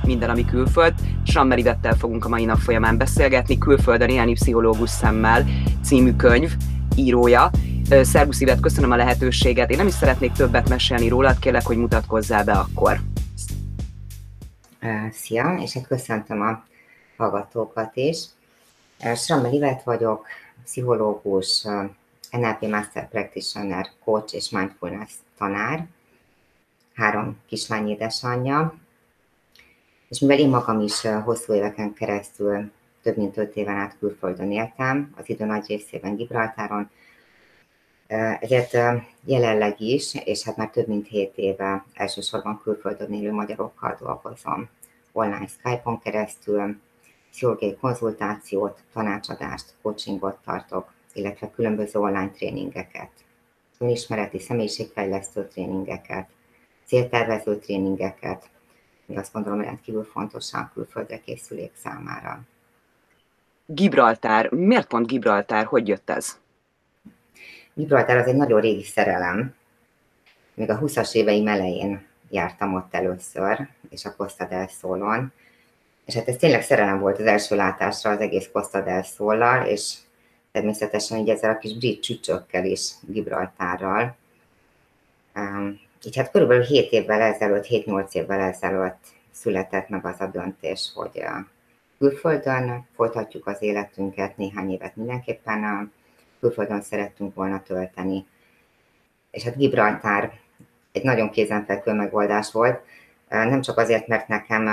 Minden, ami külföld. Schrammer Ivettel fogunk a mai nap folyamán beszélgetni, Külföldön élni pszichológus szemmel című könyv írója. Szervusz Ivett, köszönöm a lehetőséget. Én nem is szeretnék többet mesélni rólad, kérlek, hogy mutatkozzál be akkor. Szia, és hát köszöntöm a hallgatókat is. Schrammer Ivett vagyok, pszichológus, NLP Master Practitioner, coach és mindfulness tanár, 3 kislány édesanyja, és mivel én magam is hosszú éveken keresztül, több mint 5 éven át külföldön éltem, az idő nagy részében Gibraltáron, ezért jelenleg is, és hát már több mint 7 éve elsősorban külföldön élő magyarokkal dolgozom. Online Skype-on keresztül, pszichológiai konzultációt, tanácsadást, coachingot tartok, illetve különböző online tréningeket, önismereti személyiségfejlesztő tréningeket, céltervező tréningeket, mi azt gondolom rendkívül fontosan külföldre készülék számára. Gibraltár. Miért pont Gibraltár? Hogy jött ez? Gibraltár az egy nagyon régi szerelem. Még a 20-as éveim elején jártam ott először, és a Costa del Solon. És hát ez tényleg szerelem volt az első látásra az egész Costa del Sollal, és természetesen így ezzel a kis brit csücsökkel is, Gibraltárral. Így hát körülbelül 7 évvel ezelőtt, 7-8 évvel ezelőtt született meg az a döntés, hogy külföldön folytatjuk az életünket, néhány évet mindenképpen külföldön szerettünk volna tölteni. És hát Gibraltár egy nagyon kézenfekvő megoldás volt, nem csak azért, mert nekem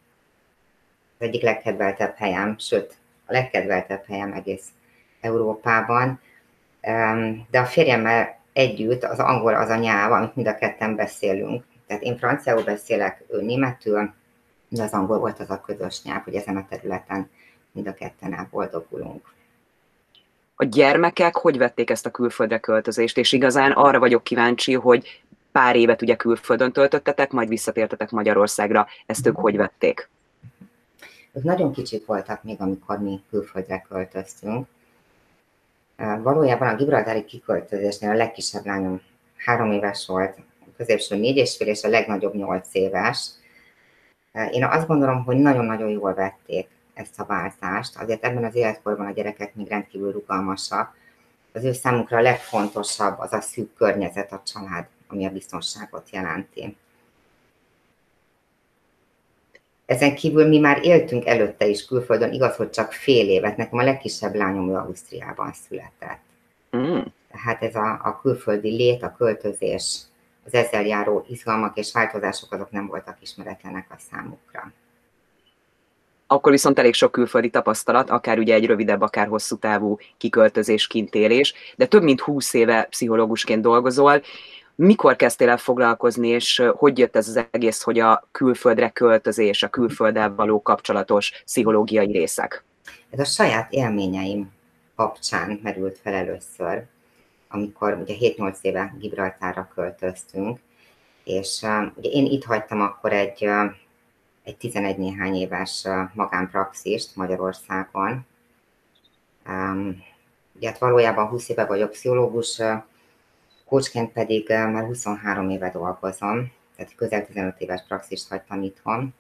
az egyik legkedveltebb helyem, sőt, a legkedveltebb helyem egész Európában, de a férjemmel együtt az angol az a nyelv, amit mind a ketten beszélünk. Tehát én franciául beszélek, ő németül, de az angol volt az a közös nyelv, hogy ezen a területen mind a ketten elboldogulunk. A gyermekek hogy vették ezt a külföldre költözést, és igazán arra vagyok kíváncsi, hogy pár évet ugye külföldön töltöttetek, majd visszatértetek Magyarországra. Ezt ők hogy vették? Ők nagyon kicsik voltak még, amikor mi külföldre költöztünk. Valójában a gibraltári kiköltözésnél a legkisebb lányom 3 éves volt, a középső 4,5 és a legnagyobb 8 éves. Én azt gondolom, hogy nagyon-nagyon jól vették ezt a váltást. Azért ebben az életkorban a gyerekek még rendkívül rugalmasak. Az ő számukra a legfontosabb az a szűk környezet, a család, ami a biztonságot jelenti. Ezen kívül mi már éltünk előtte is külföldön, igaz, hogy csak fél évet. Nekem a legkisebb lányom ő Ausztriában született. Tehát ez a külföldi lét, a költözés, az ezzel járó izgalmak és változások azok nem voltak ismeretlenek a számukra. Akkor viszont elég sok külföldi tapasztalat, akár ugye egy rövidebb, akár hosszú távú kiköltözés, kintélés, de több mint 20 éve pszichológusként dolgozol. Mikor kezdtél el foglalkozni, és hogy jött ez az egész, hogy a külföldre költözés, a külfölddel való kapcsolatos pszichológiai részek? Ez a saját élményeim kapcsán merült fel először, amikor ugye 7-8 éve Gibraltárra költöztünk, és ugye én itt hagytam akkor egy 11 néhány éves magánpraxist Magyarországon. Ugye hát valójában 20 éve vagyok pszichológus, coachként pedig már 23 éve dolgozom, tehát közel 15 éves praxist hagytam itthon.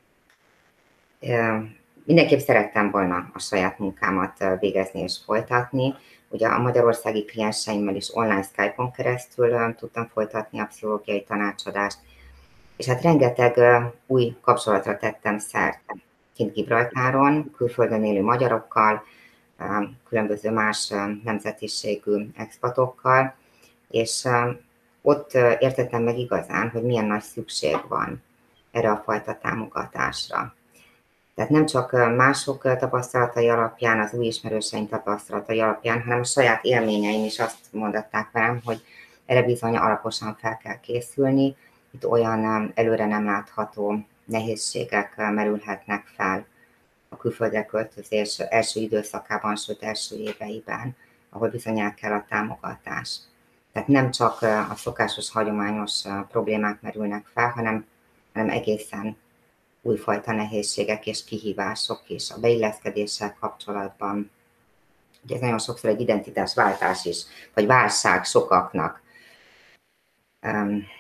Mindenképp szerettem volna a saját munkámat végezni és folytatni. Ugye a magyarországi klienseimmel is online Skype-on keresztül tudtam folytatni a pszichológiai tanácsadást, és hát rengeteg új kapcsolatra tettem szert kint Gibraltáron, külföldön élő magyarokkal, különböző más nemzetiségű expatokkal, és ott értettem meg igazán, hogy milyen nagy szükség van erre a fajta támogatásra. Tehát nem csak mások tapasztalatai alapján, az új ismerőseim tapasztalatai alapján, hanem a saját élményeim is azt mondatták velem, hogy erre bizony alaposan fel kell készülni. Itt olyan előre nem látható nehézségek merülhetnek fel a külföldre költözés első időszakában, sőt első éveiben, ahol bizony el kell a támogatás. Tehát nem csak a szokásos, hagyományos problémák merülnek fel, hanem egészen újfajta nehézségek és kihívások is a beilleszkedéssel kapcsolatban. Ugye ez nagyon sokszor egy identitásváltás is, vagy válság sokaknak.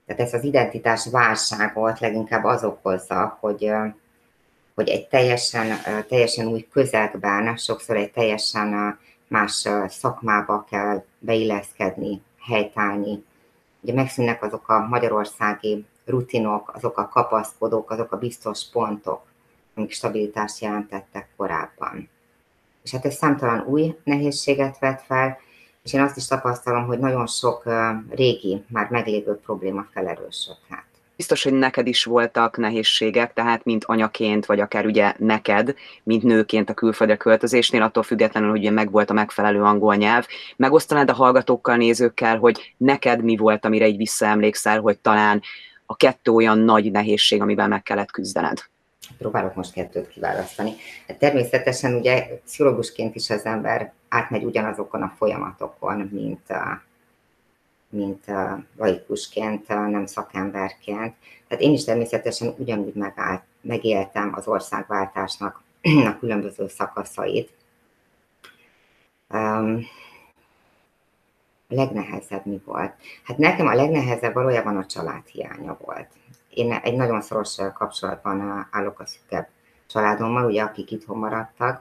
Tehát ezt az identitás válságot leginkább az okozza, hogy egy teljesen új közegben, sokszor egy teljesen más szakmába kell beilleszkedni, helytállni. Ugye megszűnnek azok a magyarországi rutinok, azok a kapaszkodók, azok a biztos pontok, amik stabilitást jelentettek korábban. És hát ez számtalan új nehézséget vet fel, és én azt is tapasztalom, hogy nagyon sok régi, már meglévő probléma felerősödhet. Biztos, hogy neked is voltak nehézségek, tehát mint anyaként, vagy akár ugye neked, mint nőként a külföldre költözésnél, attól függetlenül, hogy ugye megvolt a megfelelő angol nyelv. Megosztanád a hallgatókkal, nézőkkel, hogy neked mi volt, amire így visszaemlékszel, hogy talán a kettő olyan nagy nehézség, amivel meg kellett küzdened? Próbálok most kettőt kiválasztani. Természetesen ugye pszichológusként is az ember átmegy ugyanazokon a folyamatokon, mint laikusként, nem szakemberként. Tehát én is természetesen ugyanúgy megéltem az országváltásnak a különböző szakaszait. A legnehezebb mi volt? Hát nekem a legnehezebb valójában a család hiánya volt. Én egy nagyon szoros kapcsolatban állok a szűkebb családommal, ugye, akik itthon maradtak,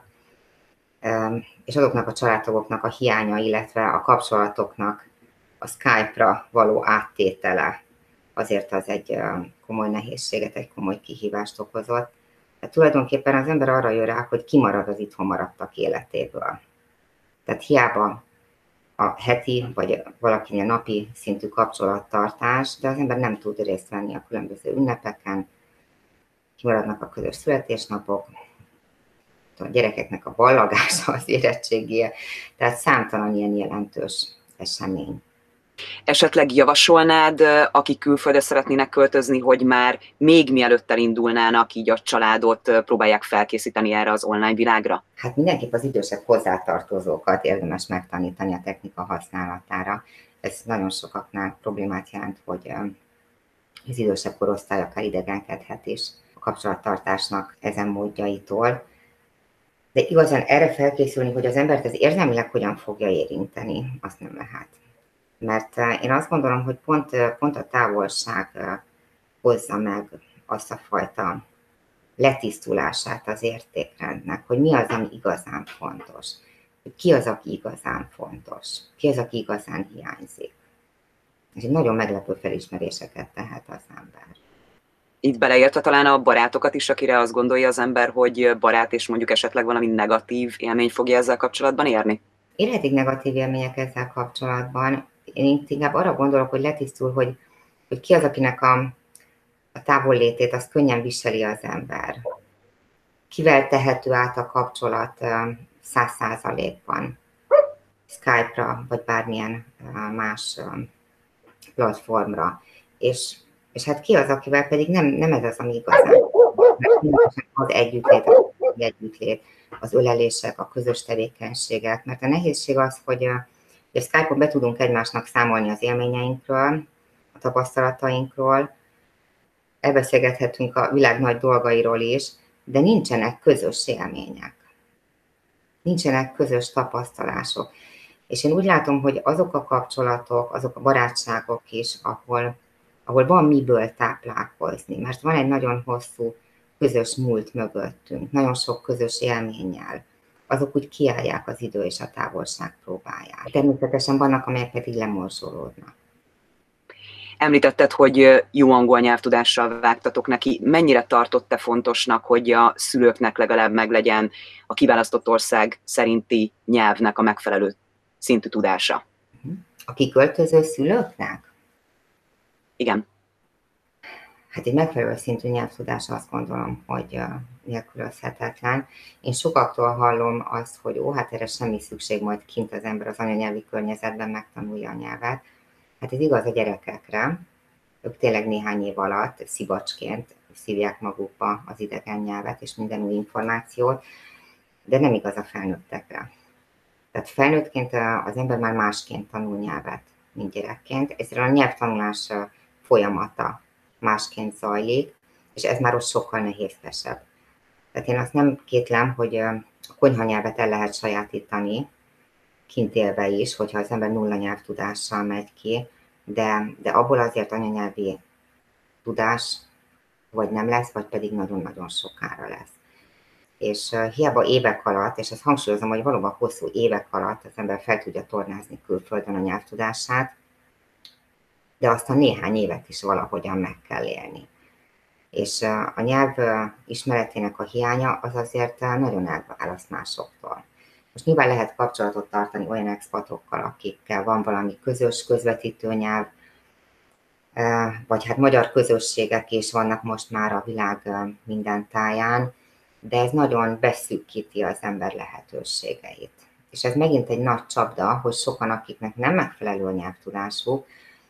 és azoknak a családtagoknak a hiánya, illetve a kapcsolatoknak a Skype-ra való áttétele azért az egy komoly nehézséget, egy komoly kihívást okozott. Tehát tulajdonképpen az ember arra jön rá, hogy kimarad az itthon maradtak életéből. Tehát hiába a heti, vagy valakinél napi szintű kapcsolattartás, de az ember nem tud részt venni a különböző ünnepeken, kimaradnak a közös születésnapok, a gyerekeknek a ballagása, az érettségije, tehát számtalan ilyen jelentős esemény. Esetleg javasolnád, akik külföldre szeretnének költözni, hogy már még mielőtt elindulnának, így a családot próbálják felkészíteni erre az online világra? Hát mindenképp az idősebb hozzátartozókat érdemes megtanítani a technika használatára. Ez nagyon sokaknál problémát jelent, hogy az idősebb korosztály akár idegenkedhet is a kapcsolattartásnak ezen módjaitól. De igazán erre felkészülni, hogy az embert ez érzelmileg hogyan fogja érinteni, azt nem lehet. Mert én azt gondolom, hogy pont a távolság hozza meg azt a fajta letisztulását az értékrendnek, hogy mi az, ami igazán fontos. Hogy ki az, aki igazán fontos, ki az, aki igazán hiányzik. És egy nagyon meglepő felismeréseket tehet az ember. Itt beleértve talán a barátokat is, akire azt gondolja az ember, hogy barát és mondjuk esetleg valami negatív élmény fogja ezzel kapcsolatban érni? Érhetik negatív élmények ezzel kapcsolatban. Én inkább arra gondolok, hogy letisztul, hogy ki az, akinek a távollétét azt könnyen viseli az ember. Kivel tehető át a kapcsolat 100%-ban? Skype-ra, vagy bármilyen más platformra. És hát ki az, akivel pedig nem ez az, ami igazán. Az együttlét, az ölelések, a közös tevékenységek. Mert a nehézség az, hogy a Skype-on be tudunk egymásnak számolni az élményeinkről, a tapasztalatainkról, elbeszélgethetünk a világ nagy dolgairól is, de nincsenek közös élmények. Nincsenek közös tapasztalások. És én úgy látom, hogy azok a kapcsolatok, azok a barátságok is, ahol van miből táplálkozni, mert van egy nagyon hosszú közös múlt mögöttünk, nagyon sok közös élménnyel, azok úgy kiállják az idő és a távolság próbáját. Természetesen vannak, amelyek pedig lemorzsolódnak. Említetted, hogy jó angol nyelvtudással vágtatok neki. Mennyire tartott te fontosnak, hogy a szülőknek legalább meglegyen a kiválasztott ország szerinti nyelvnek a megfelelő szintű tudása? A kiköltöző szülőknek? Igen. Hát egy megfelelő szintű nyelvtudás, azt gondolom, hogy nélkülözhetetlen. Én sokaktól hallom azt, hogy hát erre semmi szükség, majd kint az ember az anyanyelvi környezetben megtanulja a nyelvet. Hát ez igaz a gyerekekre, ők tényleg néhány év alatt szivacsként szívják magukba az idegen nyelvet és minden új információt, de nem igaz a felnőttekre. Tehát felnőttként az ember már másként tanul nyelvet, mint gyerekként. Ezért a nyelvtanulás folyamata másként zajlik, és ez már ott sokkal nehézkesebb. Tehát én azt nem kétlem, hogy a konyhanyelvet el lehet sajátítani, kint élve is, hogyha az ember nulla nyelvtudással megy ki, de abból azért anyanyelvi tudás vagy nem lesz, vagy pedig nagyon-nagyon sokára lesz. És hiába évek alatt, és ezt hangsúlyozom, hogy valóban hosszú évek alatt az ember fel tudja tornázni külföldön a nyelvtudását, de azt a néhány évet is valahogyan meg kell élni. És a nyelv ismeretének a hiánya az azért nagyon elválaszt másoktól. Most nyilván lehet kapcsolatot tartani olyan expatokkal, akikkel van valami közös közvetítő nyelv, vagy hát magyar közösségek is vannak most már a világ minden táján, de ez nagyon beszűkíti az ember lehetőségeit. És ez megint egy nagy csapda, hogy sokan, akiknek nem megfelelő a nyelvtudásuk,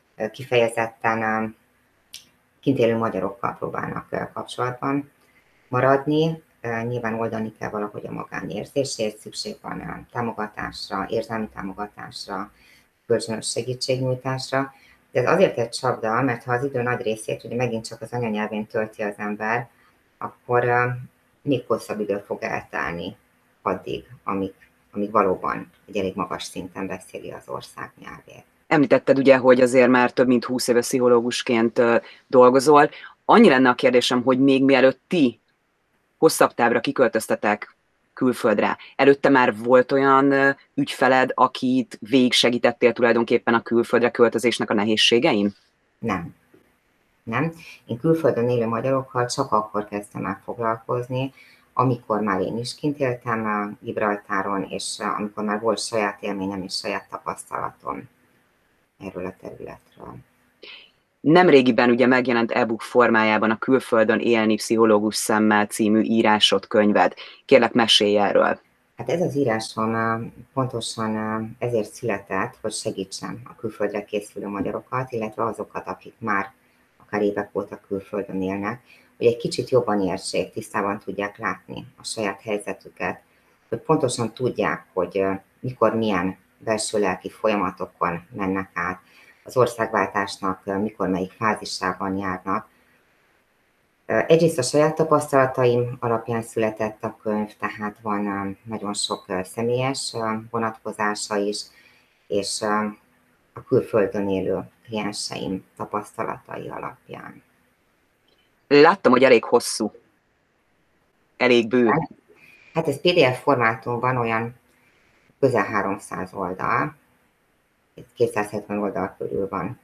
kifejezetten kint élő magyarokkal próbálnak kapcsolatban maradni. Nyilván oldani kell valahogy a magánérzését, szükség van támogatásra, érzelmi támogatásra, kölcsönös segítségnyújtásra, de ez azért egy csapda, mert ha az idő nagy részét ugye megint csak az anyanyelvén tölti az ember, akkor még hosszabb idő fog eltelni addig, amíg valóban egy elég magas szinten beszéli az ország nyelvét. Említetted ugye, hogy azért már több mint 20 éve pszichológusként dolgozol. Annyi lenne a kérdésem, hogy még mielőtt ti hosszabb távra kiköltöztetek külföldre, előtte már volt olyan ügyfeled, akit végig segítettél tulajdonképpen a külföldre költözésnek a nehézségein? Nem. Nem. Én külföldön élő magyarokkal csak akkor kezdtem el foglalkozni, amikor már én is kint éltem a Gibraltáron, és amikor már volt saját élményem és saját tapasztalatom erről a területről. Nemrégiben ugye megjelent e-book formájában a Külföldön élni pszichológus szemmel című írásod, könyved. Kérlek, mesélj erről. Hát ez az írásom pontosan ezért született, hogy segítsem a külföldre készülő magyarokat, illetve azokat, akik már akár évek óta külföldön élnek, hogy egy kicsit jobban értsék, tisztában tudják látni a saját helyzetüket, hogy pontosan tudják, hogy mikor milyen belső lelki folyamatokon mennek át, az országváltásnak mikor melyik fázisában járnak. Egyrészt a saját tapasztalataim alapján született a könyv, tehát van nagyon sok személyes vonatkozása is, és a külföldön élő klienseim tapasztalatai alapján. Láttam, hogy elég hosszú, elég bő. Hát ez PDF formátumban olyan közel 300 oldal, 270 oldal körül van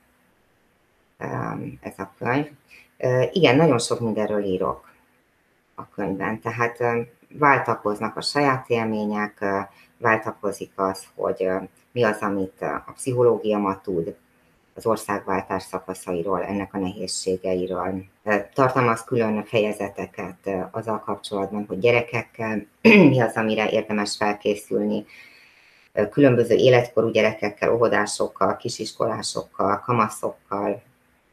ez a könyv. Igen, nagyon sok mindenről írok a könyvben, tehát váltakoznak a saját élmények, váltakozik az, hogy mi az, amit a pszichológia ma tud az országváltás szakaszairól, ennek a nehézségeiről. Tartalmaz külön fejezeteket azzal kapcsolatban, hogy gyerekekkel mi az, amire érdemes felkészülni, különböző életkorú gyerekekkel, óvodásokkal, kisiskolásokkal, kamaszokkal.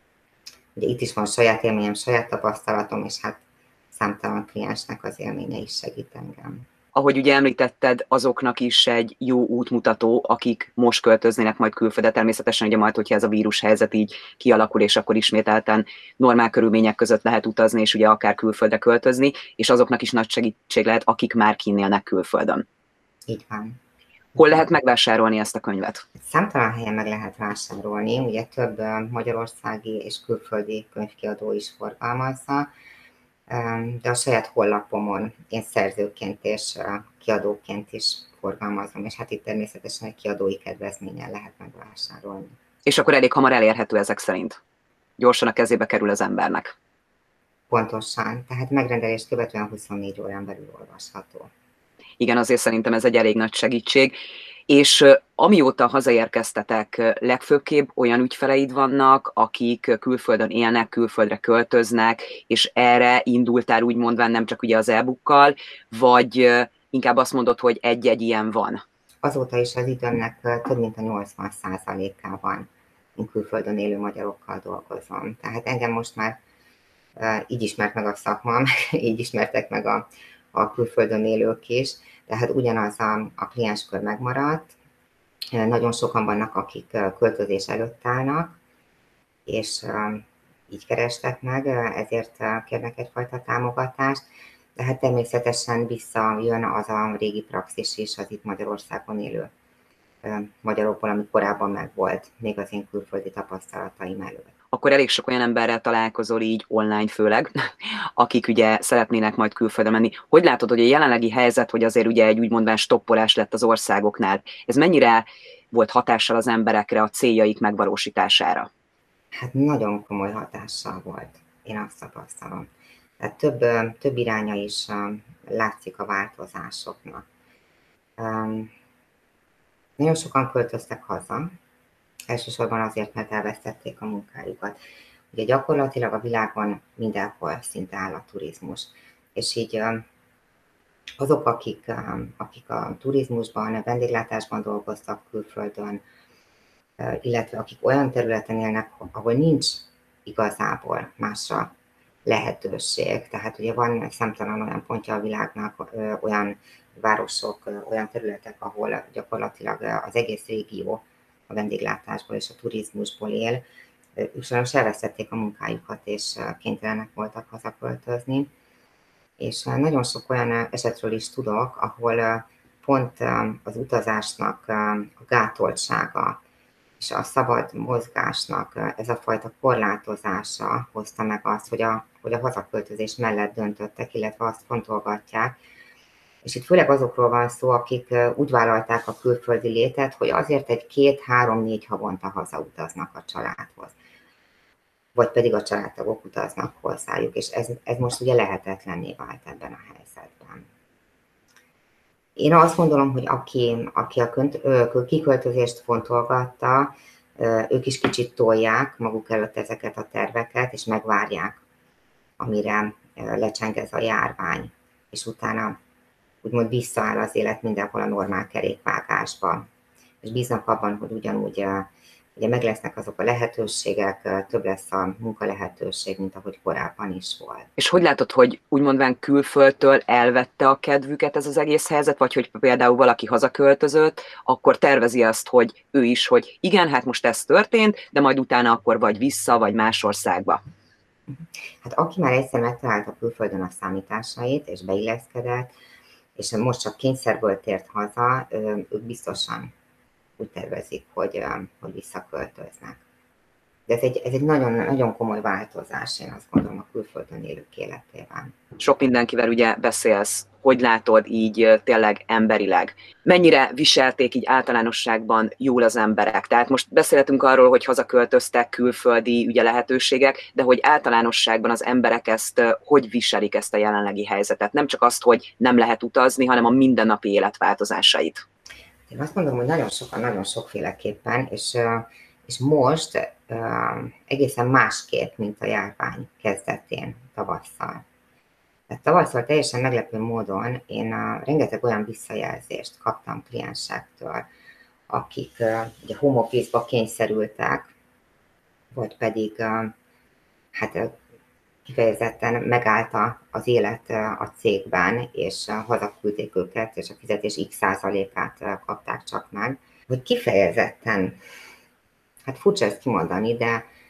Ugye itt is van saját élményem, saját tapasztalatom, és hát számtalan kliensnek az élménye is segít engem. Ahogy ugye említetted, azoknak is egy jó útmutató, akik most költöznének majd külföldre, természetesen ugye majd, hogyha ez a vírushelyzet így kialakul, és akkor ismételten normál körülmények között lehet utazni, és ugye akár külföldre költözni, és azoknak is nagy segítség lehet, akik már kinn élnek külföldön. Így van. Hol lehet megvásárolni ezt a könyvet? Számtalan helyen meg lehet vásárolni, ugye több magyarországi és külföldi könyvkiadó is forgalmazza, de a saját honlapomon én szerzőként és kiadóként is forgalmazom, és hát itt természetesen egy kiadói kedvezményen lehet megvásárolni. És akkor elég hamar elérhető ezek szerint? Gyorsan a kezébe kerül az embernek. Pontosan, tehát megrendelést követően 24 órán belül olvasható. Igen, azért szerintem ez egy elég nagy segítség. És amióta hazaérkeztetek, legfőképp olyan ügyfeleid vannak, akik külföldön élnek, külföldre költöznek, és erre indultál úgy mondván nem csak ugye az e-bookkal, vagy inkább azt mondod, hogy egy-egy ilyen van? Azóta is az időmnek több mint a 80%-ában én külföldön élő magyarokkal dolgozom. Tehát engem most már így ismert meg a szakma, így ismertek meg a külföldön élők is, tehát ugyanaz a klienskör megmaradt. Nagyon sokan vannak, akik költözés előtt állnak, és így kerestek meg, ezért kérnek egyfajta támogatást. De hát természetesen visszajön az a régi praxis is az itt Magyarországon élő magyarokból, ami korábban megvolt, még az én külföldi tapasztalataim előtt. Akkor elég sok olyan emberrel találkozol így online főleg, akik ugye szeretnének majd külföldre menni. Hogy látod, hogy a jelenlegi helyzet, hogy azért ugye egy úgymondván stoppolás lett az országoknál, ez mennyire volt hatással az emberekre, a céljaik megvalósítására? Hát nagyon komoly hatással volt, én azt tapasztalom. Tehát több iránya is látszik a változásoknak. Nagyon sokan költöztek haza, elsősorban azért, mert elvesztették a munkájukat. Ugye gyakorlatilag a világon mindenhol szinte áll a turizmus, és így azok, akik a turizmusban, a vendéglátásban dolgoztak külföldön, illetve akik olyan területen élnek, ahol nincs igazából másra lehetőség. Tehát ugye van számtalan olyan pontja a világnak, olyan városok, olyan területek, ahol gyakorlatilag az egész régió a vendéglátásból és a turizmusból él. Ők sajnos elvesztették a munkájukat, és kénytelenek voltak hazaköltözni. És nagyon sok olyan esetről is tudok, ahol pont az utazásnak a gátoltsága és a szabad mozgásnak ez a fajta korlátozása hozta meg azt, hogy a hazaköltözés mellett döntöttek, illetve azt fontolgatják. És itt főleg azokról van szó, akik úgy vállalták a külföldi létet, hogy azért egy 2-3-4 havonta hazautaznak a családhoz. Vagy pedig a családtagok utaznak hozzájuk, és ez most ugye lehetetlenné vált ebben a helyzetben. Én azt gondolom, hogy aki a kiköltözést fontolgatta, ők is kicsit tolják maguk előtt ezeket a terveket, és megvárják, amire lecseng ez a járvány, és utána úgymond visszaáll az élet mindenhol a normál kerékvágásba. És bíznak abban, hogy ugyanúgy ugye meg lesznek azok a lehetőségek, több lesz a munkalehetőség, mint ahogy korábban is volt. És hogy látod, hogy úgymondván külföldtől elvette a kedvüket ez az egész helyzet, vagy hogy például valaki hazaköltözött, akkor tervezi azt, hogy ő is, hogy igen, hát most ez történt, de majd utána akkor vagy vissza, vagy más országba. Hát aki már egyszer megtalálta külföldön a számításait, és beilleszkedett, és most csak kényszerből tért haza, ők biztosan úgy tervezik, hogy visszaköltöznek. De ez egy nagyon, nagyon komoly változás, én azt gondolom, a külföldön élők életében. Sok mindenkivel ugye beszélsz, hogy látod így tényleg emberileg. Mennyire viselték így általánosságban jól az emberek? Tehát most beszélhetünk arról, hogy hazaköltöztek külföldi ugye lehetőségek, de hogy általánosságban az emberek ezt hogy viselik ezt a jelenlegi helyzetet? Nem csak azt, hogy nem lehet utazni, hanem a mindennapi élet változásait. Én azt mondom, hogy nagyon sokan, nagyon sokféleképpen, és most egészen másképp, mint a járvány kezdetén, tavasszal. Tehát tavasszal teljesen meglepő módon én rengeteg olyan visszajelzést kaptam kliensektől, akik ugye home office-ba kényszerültek, vagy pedig hát kifejezetten megállt az élet a cégben, és hazaküldték őket, és a fizetés x% kapták csak meg. Hogy kifejezetten, hát furcsa ezt kimondani,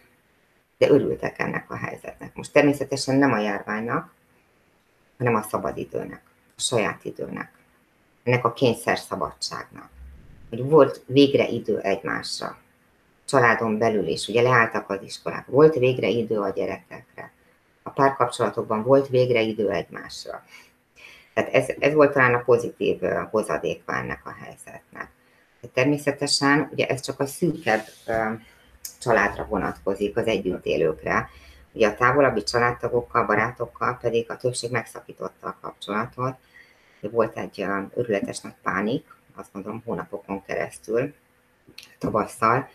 de örültek ennek a helyzetnek. Most természetesen nem a járványnak, hanem a szabadidőnek, a saját időnek, ennek a kényszer szabadságnak. Hogy volt végre idő egymásra, családon belül is, ugye leálltak az iskolák, volt végre idő a gyerekekre, a párkapcsolatokban volt végre idő egymásra. Tehát ez volt talán a pozitív hozadéka ennek a helyzetnek. De természetesen ugye ez csak a szűkebb családra vonatkozik, az együtt élőkre. Ugye a távolabbi családtagokkal, barátokkal pedig a többség megszakította a kapcsolatot. Volt egy őrületes nagy pánik, azt mondom hónapokon keresztül, tavasszal,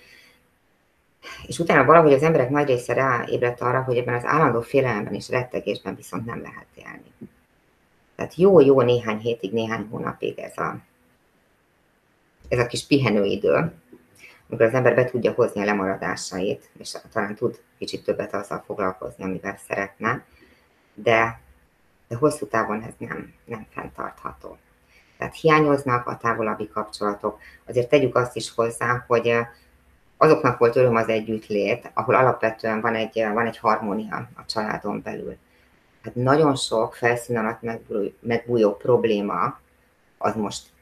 és utána valahogy az emberek nagy része ráébredt arra, hogy ebben az állandó félelemben és rettegésben viszont nem lehet élni. Tehát jó néhány hétig, néhány hónapig ez a kis pihenőidő, amikor az ember be tudja hozni a lemaradásait, és talán tud kicsit többet azzal foglalkozni, amivel szeretne, de hosszú távon ez nem fenntartható. Tehát hiányoznak a távolabbi kapcsolatok. Azért tegyük azt is hozzá, hogy azoknak volt öröm az együttlét, ahol alapvetően van egy harmónia a családon belül. Hát nagyon sok felszín alatt megbújó probléma az most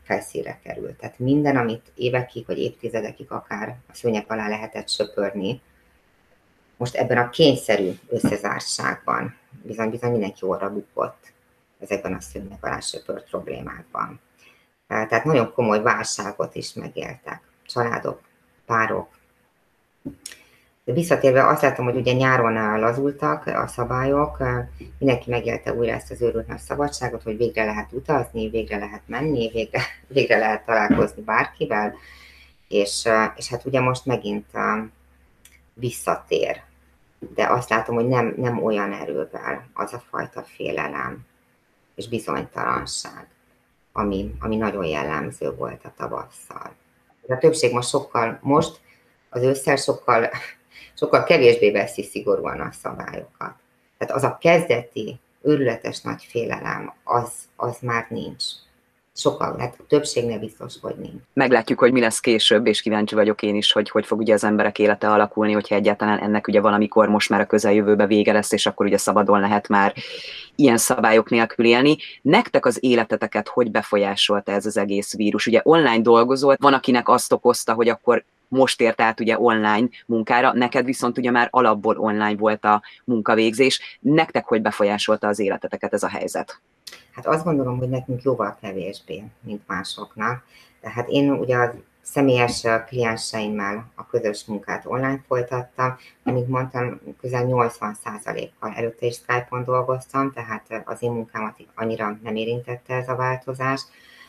felszínre került. Tehát minden, amit évekig vagy évtizedekig akár a szőnyeg alá lehetett söpörni, most ebben a kényszerű összezártságban bizony mindenki orra bukott ezekben a szőnyeg alá söpört problémákban. Tehát nagyon komoly válságot is megéltek családok, párok. De visszatérve azt látom, hogy ugye nyáron lazultak a szabályok, mindenki megélte újra ezt az őrült nagy szabadságot, hogy végre lehet utazni, végre lehet menni, végre lehet találkozni bárkivel, és hát ugye most megint visszatér. De azt látom, hogy nem olyan erővel az a fajta félelem és bizonytalanság, ami nagyon jellemző volt a tavasszal. A többség most az ősszel sokkal kevésbé veszi szigorúan a szabályokat. Tehát az a kezdeti, őrületes nagy félelem, az már nincs. Hát a többségnél biztos, hogy nincs. Meglátjuk, hogy mi lesz később, és kíváncsi vagyok én is, hogy fog ugye az emberek élete alakulni, hogyha egyáltalán ennek ugye valamikor most már a közeljövőben vége lesz, és akkor ugye szabadon lehet már ilyen szabályok nélkül élni. Nektek az életeteket hogy befolyásolta ez az egész vírus? Ugye online dolgozol, van akinek azt okozta, hogy akkor most ért át ugye online munkára, neked viszont ugye már alapból online volt a munkavégzés. Nektek hogy befolyásolta az életeteket ez a helyzet? Hát azt gondolom, hogy nekünk jóval kevésbé, mint másoknak. Tehát én ugye a személyes klienseimmel a közös munkát online folytattam, amíg mondtam, közel 80%-kal előtte is Skype-on dolgoztam, tehát az én munkámat annyira nem érintette ez a változás.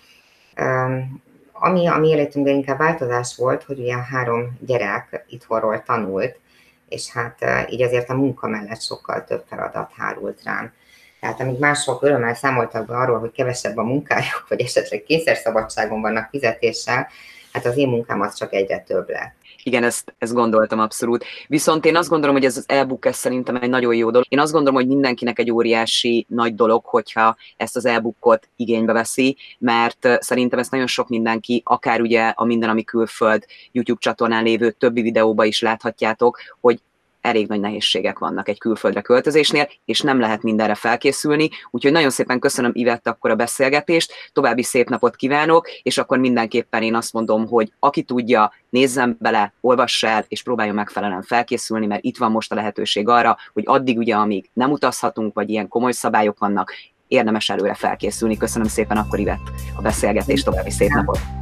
Ami életünkben inkább változás volt, hogy ugye 3 gyerek itthonról tanult, és hát így azért a munka mellett sokkal több feladat hárult rám. Tehát amíg mások örömmel számoltak be arról, hogy kevesebb a munkájuk, vagy esetleg kényszerszabadságon vannak fizetéssel, hát az én munkám az csak egyre több lett. Igen, ezt gondoltam abszolút. Viszont én azt gondolom, hogy ez az e-book, ez szerintem egy nagyon jó dolog. Én azt gondolom, hogy mindenkinek egy óriási nagy dolog, hogyha ezt az e-bookot igénybe veszi, mert szerintem ezt nagyon sok mindenki, akár ugye a Minden, ami külföld YouTube csatornán lévő többi videóban is láthatjátok, hogy elég nagy nehézségek vannak egy külföldre költözésnél, és nem lehet mindenre felkészülni. Úgyhogy nagyon szépen köszönöm, Ivett, akkor a beszélgetést, további szép napot kívánok, és akkor mindenképpen én azt mondom, hogy aki tudja, nézzen bele, olvassa el, és próbáljon megfelelően felkészülni, mert itt van most a lehetőség arra, hogy addig ugye, amíg nem utazhatunk, vagy ilyen komoly szabályok vannak, érdemes előre felkészülni. Köszönöm szépen akkor, Ivett, a beszélgetést, további szép napot!